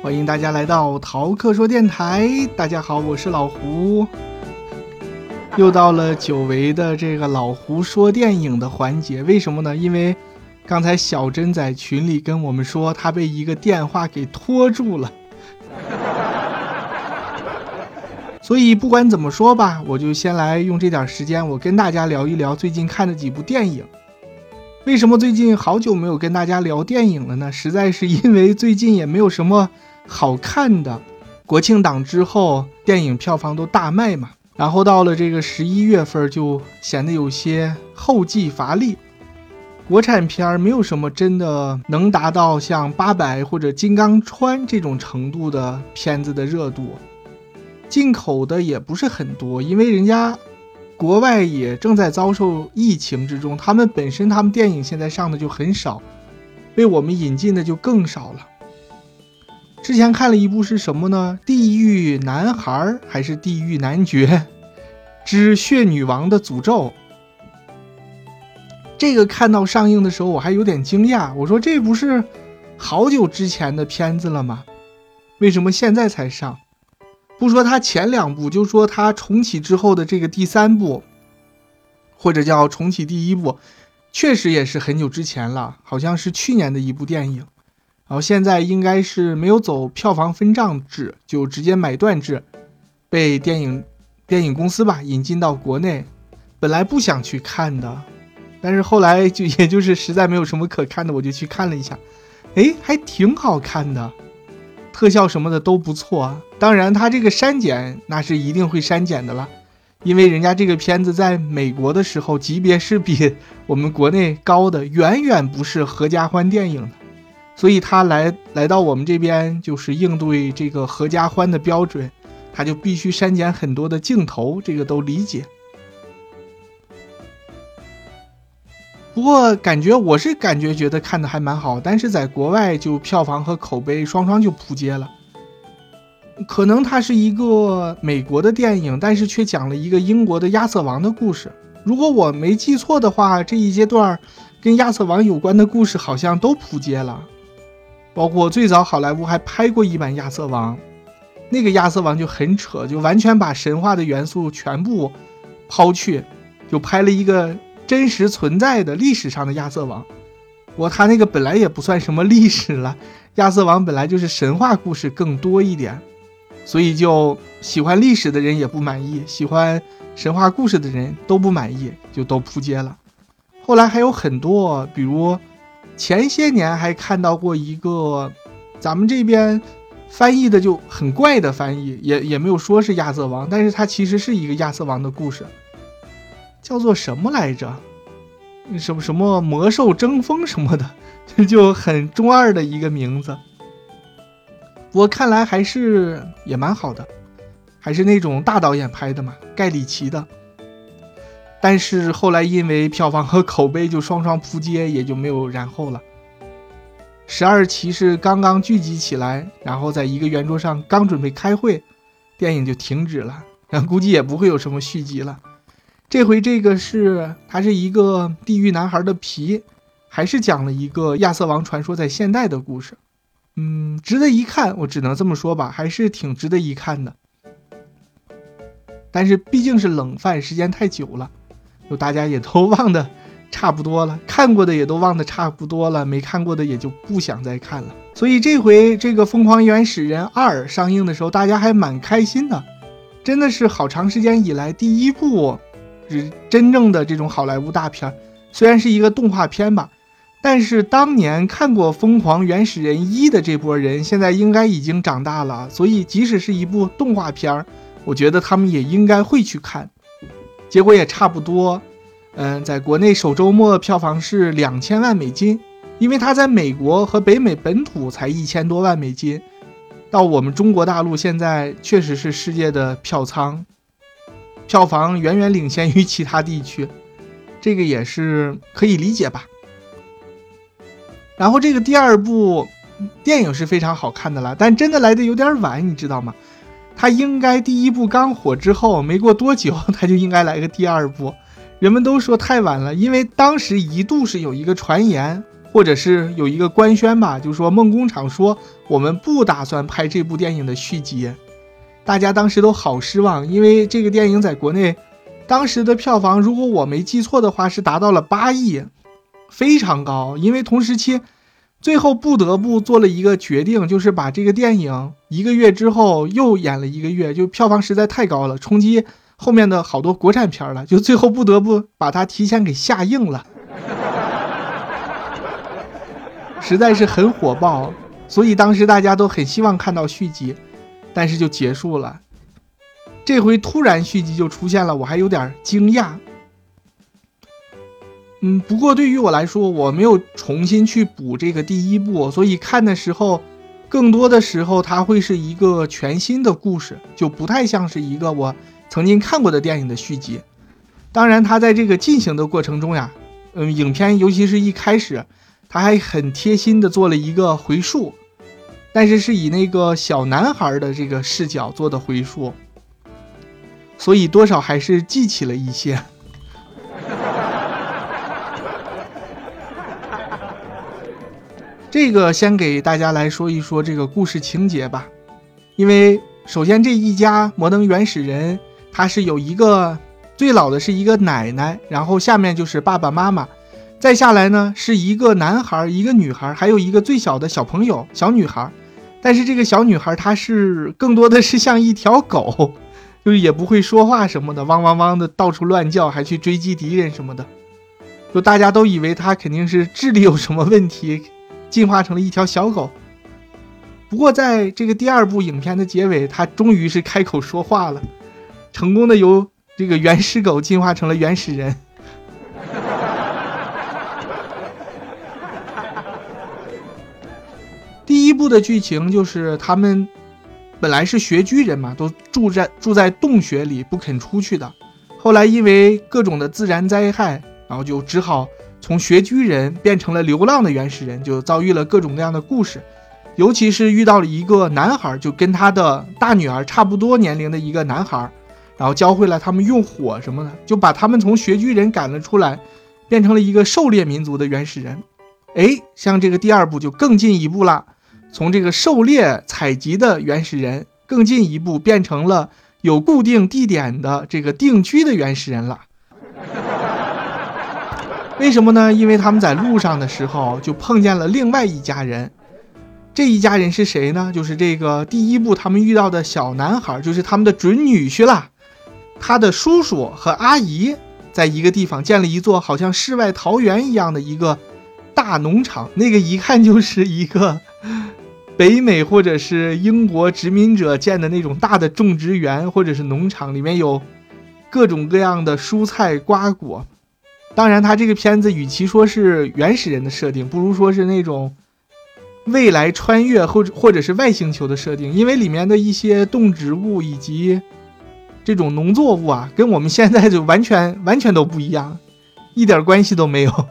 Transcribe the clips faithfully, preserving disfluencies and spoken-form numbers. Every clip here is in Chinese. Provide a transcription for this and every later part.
欢迎大家来到逃课说电台。大家好，我是老胡。又到了久违的这个老胡说电影的环节，为什么呢？因为刚才小珍在群里跟我们说，她被一个电话给拖住了。所以不管怎么说吧，我就先来用这点时间，我跟大家聊一聊最近看的几部电影。为什么最近好久没有跟大家聊电影了呢？实在是因为最近也没有什么好看的。国庆档之后电影票房都大卖嘛，然后到了这个十一月份就显得有些后继乏力。国产片没有什么真的能达到像八佰或者金刚川这种程度的片子的热度，进口的也不是很多，因为人家国外也正在遭受疫情之中，他们本身他们电影现在上的就很少，被我们引进的就更少了。之前看了一部是什么呢？地狱男孩还是地狱男爵之血女王的诅咒。这个看到上映的时候我还有点惊讶，我说这不是好久之前的片子了吗？为什么现在才上？不说他前两部，就说他重启之后的这个第三部，或者叫重启第一部，确实也是很久之前了，好像是去年的一部电影。然后现在应该是没有走票房分账制，就直接买断制，被电影电影公司吧引进到国内。本来不想去看的，但是后来就也就是实在没有什么可看的，我就去看了一下，诶，还挺好看的。特效什么的都不错，当然他这个删减那是一定会删减的了，因为人家这个片子在美国的时候级别是比我们国内高的，远远不是合家欢电影的，所以他来来到我们这边就是应对这个合家欢的标准，他就必须删减很多的镜头，这个都理解。不过感觉我是感觉觉得看的还蛮好，但是在国外就票房和口碑双双就扑街了。可能它是一个美国的电影，但是却讲了一个英国的亚瑟王的故事。如果我没记错的话，这一阶段跟亚瑟王有关的故事好像都扑街了。包括最早好莱坞还拍过一版亚瑟王，那个亚瑟王就很扯，就完全把神话的元素全部抛去，就拍了一个真实存在的历史上的亚瑟王。不过他那个本来也不算什么历史了，亚瑟王本来就是神话故事更多一点，所以就喜欢历史的人也不满意，喜欢神话故事的人都不满意，就都扑街了。后来还有很多，比如前些年还看到过一个咱们这边翻译的就很怪的翻译，也也没有说是亚瑟王，但是它其实是一个亚瑟王的故事，叫做什么来着？什么什么魔兽争锋什么的，就很中二的一个名字。不过看来还是也蛮好的，还是那种大导演拍的嘛，盖里奇的。但是后来因为票房和口碑就双双扑街，也就没有然后了。十二骑士刚刚聚集起来，然后在一个圆桌上刚准备开会，电影就停止了，然后估计也不会有什么续集了。这回这个是它是一个地狱男孩的皮，还是讲了一个亚瑟王传说在现代的故事。嗯，值得一看，我只能这么说吧，还是挺值得一看的。但是毕竟是冷饭，时间太久了，就大家也都忘得差不多了，看过的也都忘得差不多了，没看过的也就不想再看了。所以这回这个《疯狂原始人二》上映的时候，大家还蛮开心的，真的是好长时间以来第一部是真正的这种好莱坞大片，虽然是一个动画片吧，但是当年看过《疯狂原始人一》的这波人现在应该已经长大了，所以即使是一部动画片，我觉得他们也应该会去看。结果也差不多，嗯，在国内首周末票房是两千万美金，因为它在美国和北美本土才一千多万美金，到我们中国大陆现在确实是世界的票仓。票房远远领先于其他地区，这个也是可以理解吧。然后这个第二部电影是非常好看的了，但真的来的有点晚，你知道吗？它应该第一部刚火之后没过多久，它就应该来个第二部。人们都说太晚了，因为当时一度是有一个传言， 或者是有一个官宣吧，就是说梦工厂说我们不打算拍这部电影的续集。大家当时都好失望，因为这个电影在国内当时的票房，如果我没记错的话，是达到了八亿，非常高。因为同时期最后不得不做了一个决定，就是把这个电影一个月之后又演了一个月，就票房实在太高了，冲击后面的好多国产片了，就最后不得不把它提前给下映了。实在是很火爆，所以当时大家都很希望看到续集，但是就结束了。这回突然续集就出现了，我还有点惊讶。嗯，不过对于我来说，我没有重新去补这个第一部，所以看的时候更多的时候它会是一个全新的故事，就不太像是一个我曾经看过的电影的续集。当然它在这个进行的过程中呀，嗯，影片尤其是一开始他还很贴心的做了一个回溯，但是是以那个小男孩的这个视角做的回溯，所以多少还是记起了一些。这个先给大家来说一说这个故事情节吧。因为首先这一家摩登原始人，他是有一个最老的是一个奶奶，然后下面就是爸爸妈妈，再下来呢是一个男孩一个女孩，还有一个最小的小朋友小女孩。但是这个小女孩她是更多的是像一条狗，就是也不会说话什么的，汪汪汪的到处乱叫，还去追击敌人什么的，就大家都以为她肯定是智力有什么问题，进化成了一条小狗。不过在这个第二部影片的结尾，她终于是开口说话了，成功的由这个原始狗进化成了原始人。第一部的剧情就是他们本来是穴居人嘛，都住在住在洞穴里不肯出去的，后来因为各种的自然灾害，然后就只好从穴居人变成了流浪的原始人，就遭遇了各种各样的故事。尤其是遇到了一个男孩，就跟他的大女儿差不多年龄的一个男孩，然后教会了他们用火什么的，就把他们从穴居人赶了出来，变成了一个狩猎民族的原始人。诶，像这个第二部就更进一步了，从这个狩猎采集的原始人更进一步变成了有固定地点的这个定居的原始人了。为什么呢？因为他们在路上的时候就碰见了另外一家人。这一家人是谁呢？就是这个第一部他们遇到的小男孩，就是他们的准女婿啦。他的叔叔和阿姨在一个地方建了一座好像世外桃源一样的一个大农场，那个一看就是一个北美或者是英国殖民者建的那种大的种植园或者是农场，里面有各种各样的蔬菜瓜果。当然他这个片子与其说是原始人的设定，不如说是那种未来穿越或者或者是外星球的设定，因为里面的一些动植物以及这种农作物啊，跟我们现在就完全完全都不一样，一点关系都没有。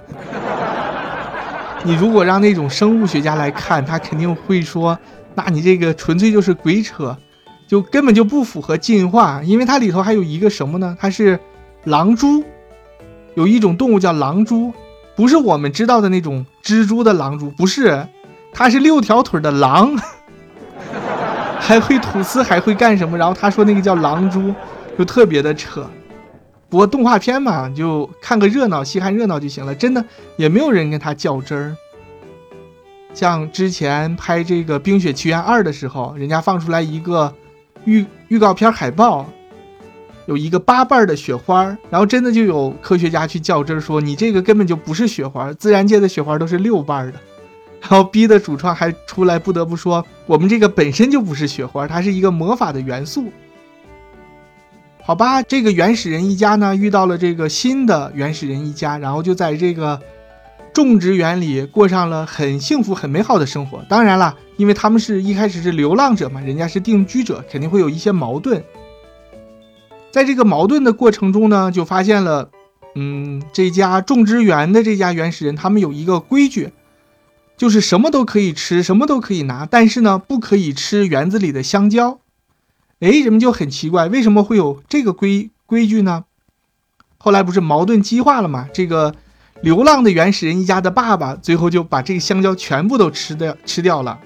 你如果让那种生物学家来看，他肯定会说，那你这个纯粹就是鬼扯，就根本就不符合进化。因为它里头还有一个什么呢？它是狼蛛，有一种动物叫狼蛛，不是我们知道的那种蜘蛛的狼蛛，不是，它是六条腿的狼，还会吐丝，还会干什么？然后他说那个叫狼蛛，就特别的扯。不过动画片嘛，就看个热闹，稀罕热闹就行了，真的也没有人跟他较真儿。像之前拍这个《冰雪奇缘二》的时候，人家放出来一个预预告片海报，有一个八瓣的雪花，然后真的就有科学家去较真儿，说你这个根本就不是雪花，自然界的雪花都是六瓣的。然后逼的主创还出来不得不说，我们这个本身就不是雪花，它是一个魔法的元素。好吧，这个原始人一家呢遇到了这个新的原始人一家，然后就在这个种植园里过上了很幸福很美好的生活。当然了，因为他们是一开始是流浪者嘛，人家是定居者，肯定会有一些矛盾。在这个矛盾的过程中呢，就发现了嗯，这家种植园的这家原始人他们有一个规矩，就是什么都可以吃，什么都可以拿，但是呢不可以吃园子里的香蕉。诶，人们就很奇怪，为什么会有这个规规矩呢？后来不是矛盾激化了吗？这个流浪的原始人一家的爸爸最后就把这个香蕉全部都吃掉吃掉了。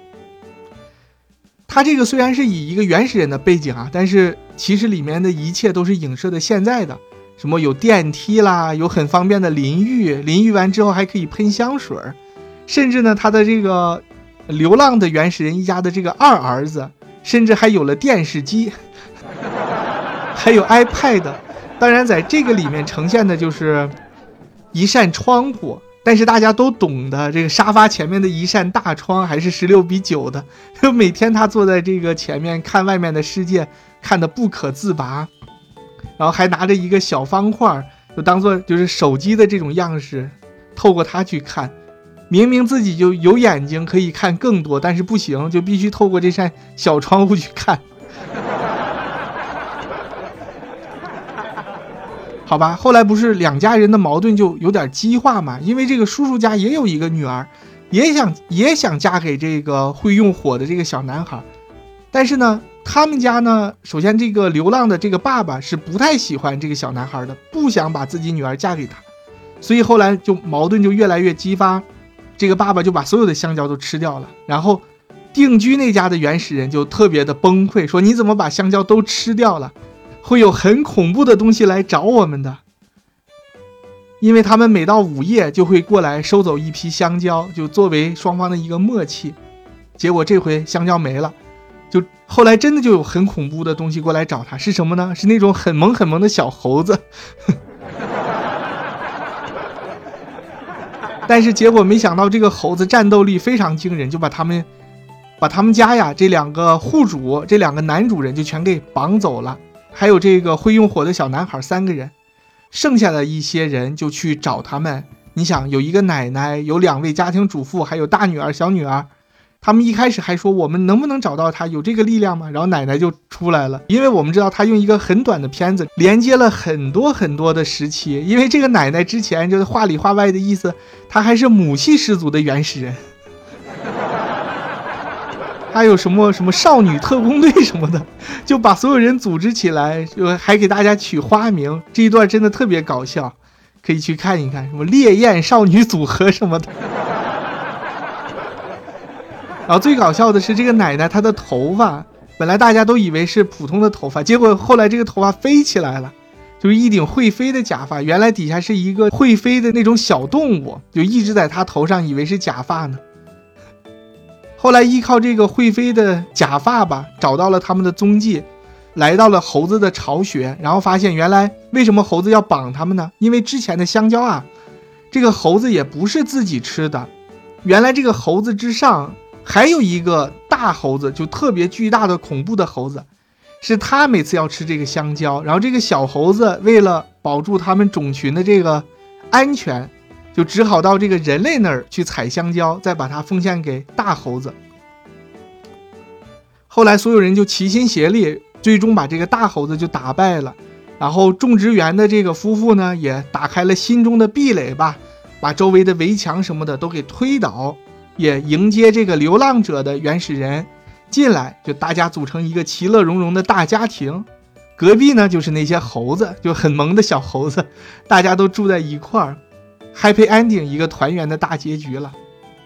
他这个虽然是以一个原始人的背景啊，但是其实里面的一切都是影射的现在的，什么有电梯啦，有很方便的淋浴，淋浴完之后还可以喷香水，甚至呢他的这个流浪的原始人一家的这个二儿子甚至还有了电视机还有 iPad。 当然在这个里面呈现的就是一扇窗户，但是大家都懂的，这个沙发前面的一扇大窗还是十六比九的，每天他坐在这个前面看外面的世界，看得不可自拔，然后还拿着一个小方块就当做就是手机的这种样式，透过它去看，明明自己就有眼睛可以看更多，但是不行，就必须透过这扇小窗户去看。好吧，后来不是两家人的矛盾就有点激化嘛，因为这个叔叔家也有一个女儿，也想也想嫁给这个会用火的这个小男孩，但是呢他们家呢，首先这个流浪的这个爸爸是不太喜欢这个小男孩的，不想把自己女儿嫁给他，所以后来就矛盾就越来越激发，这个爸爸就把所有的香蕉都吃掉了，然后定居那家的原始人就特别的崩溃，说你怎么把香蕉都吃掉了，会有很恐怖的东西来找我们的。因为他们每到午夜就会过来收走一批香蕉，就作为双方的一个默契。结果这回香蕉没了，就后来真的就有很恐怖的东西过来找他，是什么呢？是那种很萌很萌的小猴子。但是结果没想到这个猴子战斗力非常惊人，就把他们把他们家呀这两个户主这两个男主人就全给绑走了，还有这个会用火的小男孩三个人，剩下的一些人就去找他们。你想有一个奶奶，有两位家庭主妇，还有大女儿小女儿，他们一开始还说我们能不能找到他，有这个力量吗？然后奶奶就出来了，因为我们知道他用一个很短的片子连接了很多很多的时期，因为这个奶奶之前就是话里话外的意思，她还是母系氏族的原始人，还有什么什么少女特工队什么的，就把所有人组织起来，就还给大家取花名，这一段真的特别搞笑，可以去看一看，什么烈焰少女组合什么的。然后最搞笑的是这个奶奶她的头发，本来大家都以为是普通的头发，结果后来这个头发飞起来了，就是一顶会飞的假发，原来底下是一个会飞的那种小动物，就一直在她头上，以为是假发呢。后来依靠这个会飞的假发吧，找到了他们的踪迹，来到了猴子的巢穴，然后发现原来为什么猴子要绑他们呢？因为之前的香蕉啊，这个猴子也不是自己吃的，原来这个猴子之上还有一个大猴子，就特别巨大的恐怖的猴子，是他每次要吃这个香蕉，然后这个小猴子为了保住他们种群的这个安全，就只好到这个人类那儿去采香蕉，再把它奉献给大猴子。后来所有人就齐心协力，最终把这个大猴子就打败了，然后种植园的这个夫妇呢也打开了心中的壁垒吧，把周围的围墙什么的都给推倒，也迎接这个流浪者的原始人进来，就大家组成一个其乐融融的大家庭。隔壁呢就是那些猴子，就很萌的小猴子，大家都住在一块儿， Happy Ending， 一个团圆的大结局了。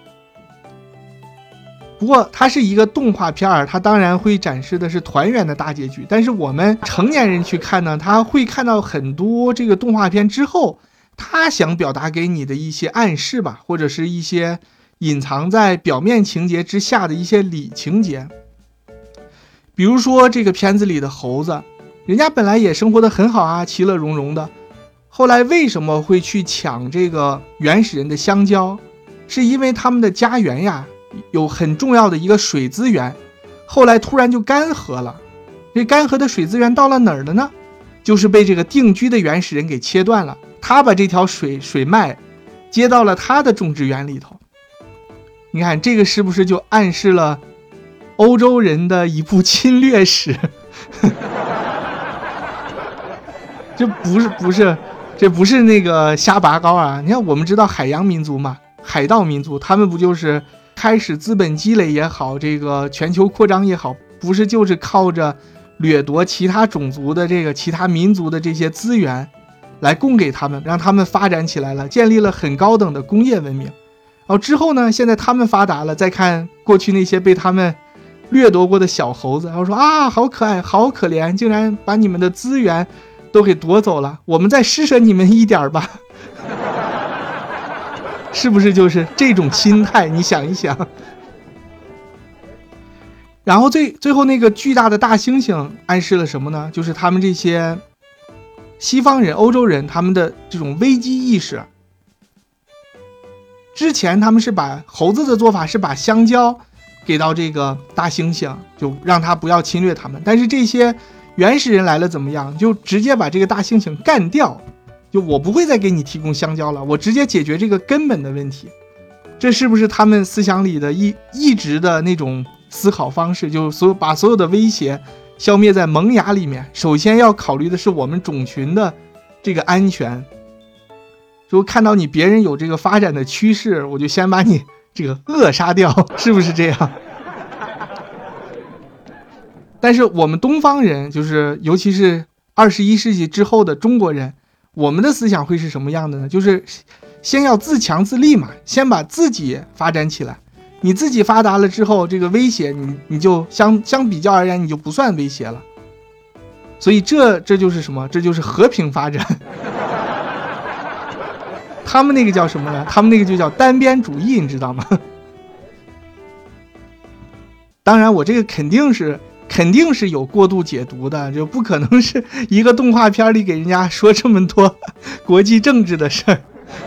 不过它是一个动画片，它当然会展示的是团圆的大结局，但是我们成年人去看呢，他会看到很多这个动画片之后他想表达给你的一些暗示吧，或者是一些隐藏在表面情节之下的一些里情节。比如说这个片子里的猴子，人家本来也生活得很好啊，其乐融融的，后来为什么会去抢这个原始人的香蕉？是因为他们的家园呀有很重要的一个水资源，后来突然就干涸了。这干涸的水资源到了哪儿了呢？就是被这个定居的原始人给切断了，他把这条水水脉接到了他的种植园里头。你看这个是不是就暗示了欧洲人的一部侵略史？这不是不是这不是那个瞎拔高啊！你看我们知道海洋民族嘛，海盗民族，他们不就是开始资本积累也好，这个全球扩张也好，不是就是靠着掠夺其他种族的这个其他民族的这些资源来供给他们，让他们发展起来了，建立了很高等的工业文明。然后之后呢，现在他们发达了，再看过去那些被他们掠夺过的小猴子，然后说啊，好可爱，好可怜，竟然把你们的资源都给夺走了，我们再施舍你们一点吧。是不是就是这种心态？你想一想。然后最最后那个巨大的大猩猩暗示了什么呢？就是他们这些西方人、欧洲人，他们的这种危机意识。之前他们是把猴子的做法是把香蕉给到这个大猩猩，就让他不要侵略他们。但是这些原始人来了怎么样？就直接把这个大猩猩干掉，就我不会再给你提供香蕉了，我直接解决这个根本的问题。这是不是他们思想里的一一直的那种思考方式？就所有把所有的威胁消灭在萌芽里面，首先要考虑的是我们种群的这个安全。就看到你别人有这个发展的趋势，我就先把你这个扼杀掉，是不是这样？但是我们东方人，就是尤其是二十一世纪之后的中国人，我们的思想会是什么样的呢？就是先要自强自立嘛，先把自己发展起来。你自己发达了之后，这个威胁你你就相相比较而言，你就不算威胁了。所以这这就是什么？这就是和平发展。他们那个叫什么呢？他们那个就叫单边主义，你知道吗？当然，我这个肯定是肯定是有过度解读的，就不可能是一个动画片里给人家说这么多国际政治的事儿，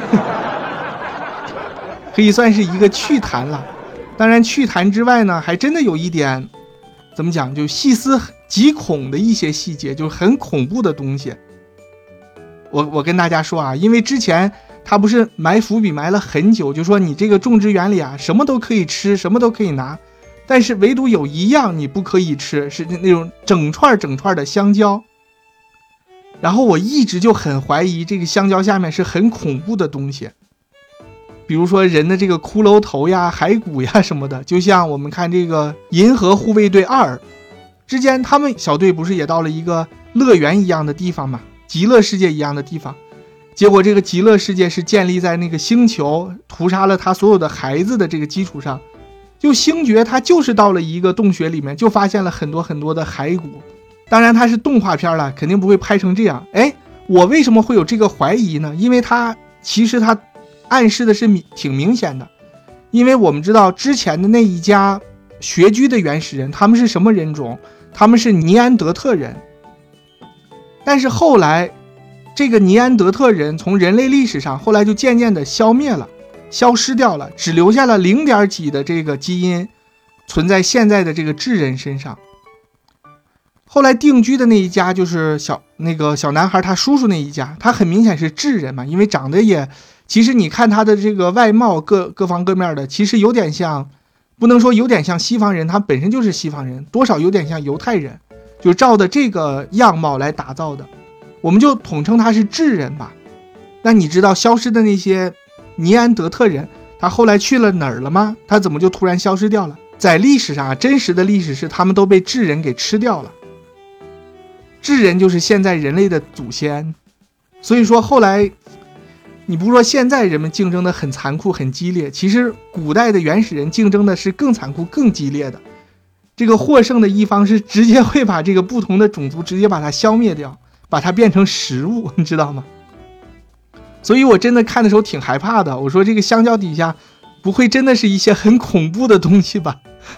可以算是一个趣谈了。当然，趣谈之外呢，还真的有一点，怎么讲，就细思极恐的一些细节，就是很恐怖的东西。我我跟大家说啊，因为之前他不是埋伏笔埋了很久，就说你这个种植园里啊，什么都可以吃，什么都可以拿，但是唯独有一样你不可以吃，是那种整串整串的香蕉。然后我一直就很怀疑这个香蕉下面是很恐怖的东西，比如说人的这个骷髅头呀、骸骨呀什么的。就像我们看这个银河护卫队二之间，他们小队不是也到了一个乐园一样的地方吗？极乐世界一样的地方。结果这个极乐世界是建立在那个星球屠杀了他所有的孩子的这个基础上，就星爵他就是到了一个洞穴里面，就发现了很多很多的骸骨。当然他是动画片了，肯定不会拍成这样。哎，我为什么会有这个怀疑呢？因为他其实他暗示的是挺明显的。因为我们知道之前的那一家穴居的原始人，他们是什么人种？他们是尼安德特人。但是后来这个尼安德特人从人类历史上后来就渐渐的消灭了，消失掉了，只留下了零点几的这个基因存在现在的这个智人身上。后来定居的那一家就是小那个小男孩他叔叔那一家，他很明显是智人嘛，因为长得也，其实你看他的这个外貌各各方各面的，其实有点像，不能说有点像西方人，他本身就是西方人，多少有点像犹太人，就照着这个样貌来打造的，我们就统称他是智人吧。那你知道消失的那些尼安德特人，他后来去了哪儿了吗？他怎么就突然消失掉了？在历史上啊，真实的历史是他们都被智人给吃掉了。智人就是现在人类的祖先，所以说后来你不说现在人们竞争的很残酷很激烈，其实古代的原始人竞争的是更残酷更激烈的。这个获胜的一方是直接会把这个不同的种族直接把它消灭掉，把它变成食物，你知道吗？所以我真的看的时候挺害怕的，我说这个香蕉底下不会真的是一些很恐怖的东西吧？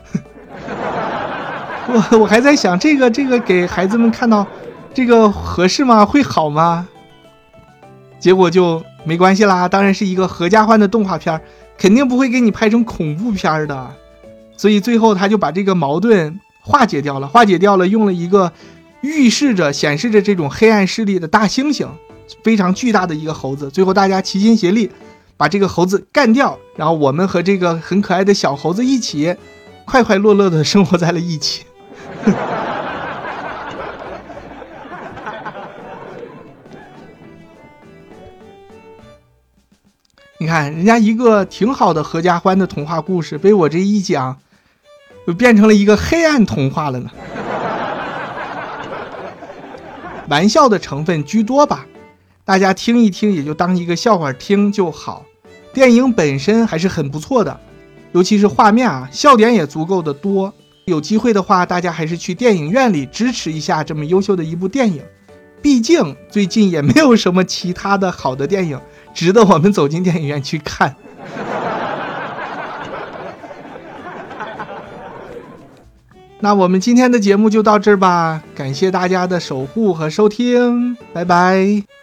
我我还在想这个这个给孩子们看到这个合适吗？会好吗？结果就没关系啦，当然是一个合家欢的动画片，肯定不会给你拍成恐怖片的。所以最后他就把这个矛盾化解掉了，化解掉了，用了一个预示着显示着这种黑暗势力的大猩猩，非常巨大的一个猴子。最后大家齐心协力把这个猴子干掉，然后我们和这个很可爱的小猴子一起快快乐乐的生活在了一起。你看人家一个挺好的合家欢的童话故事，被我这一讲就变成了一个黑暗童话了呢。玩笑的成分居多吧， 大家听一听也就当一个笑话听就好。电影本身还是很不错的，尤其是画面啊，笑点也足够的多。有机会的话，大家还是去电影院里支持一下这么优秀的一部电影。毕竟最近也没有什么其他的好的电影值得我们走进电影院去看。那我们今天的节目就到这儿吧，感谢大家的守护和收听，拜拜。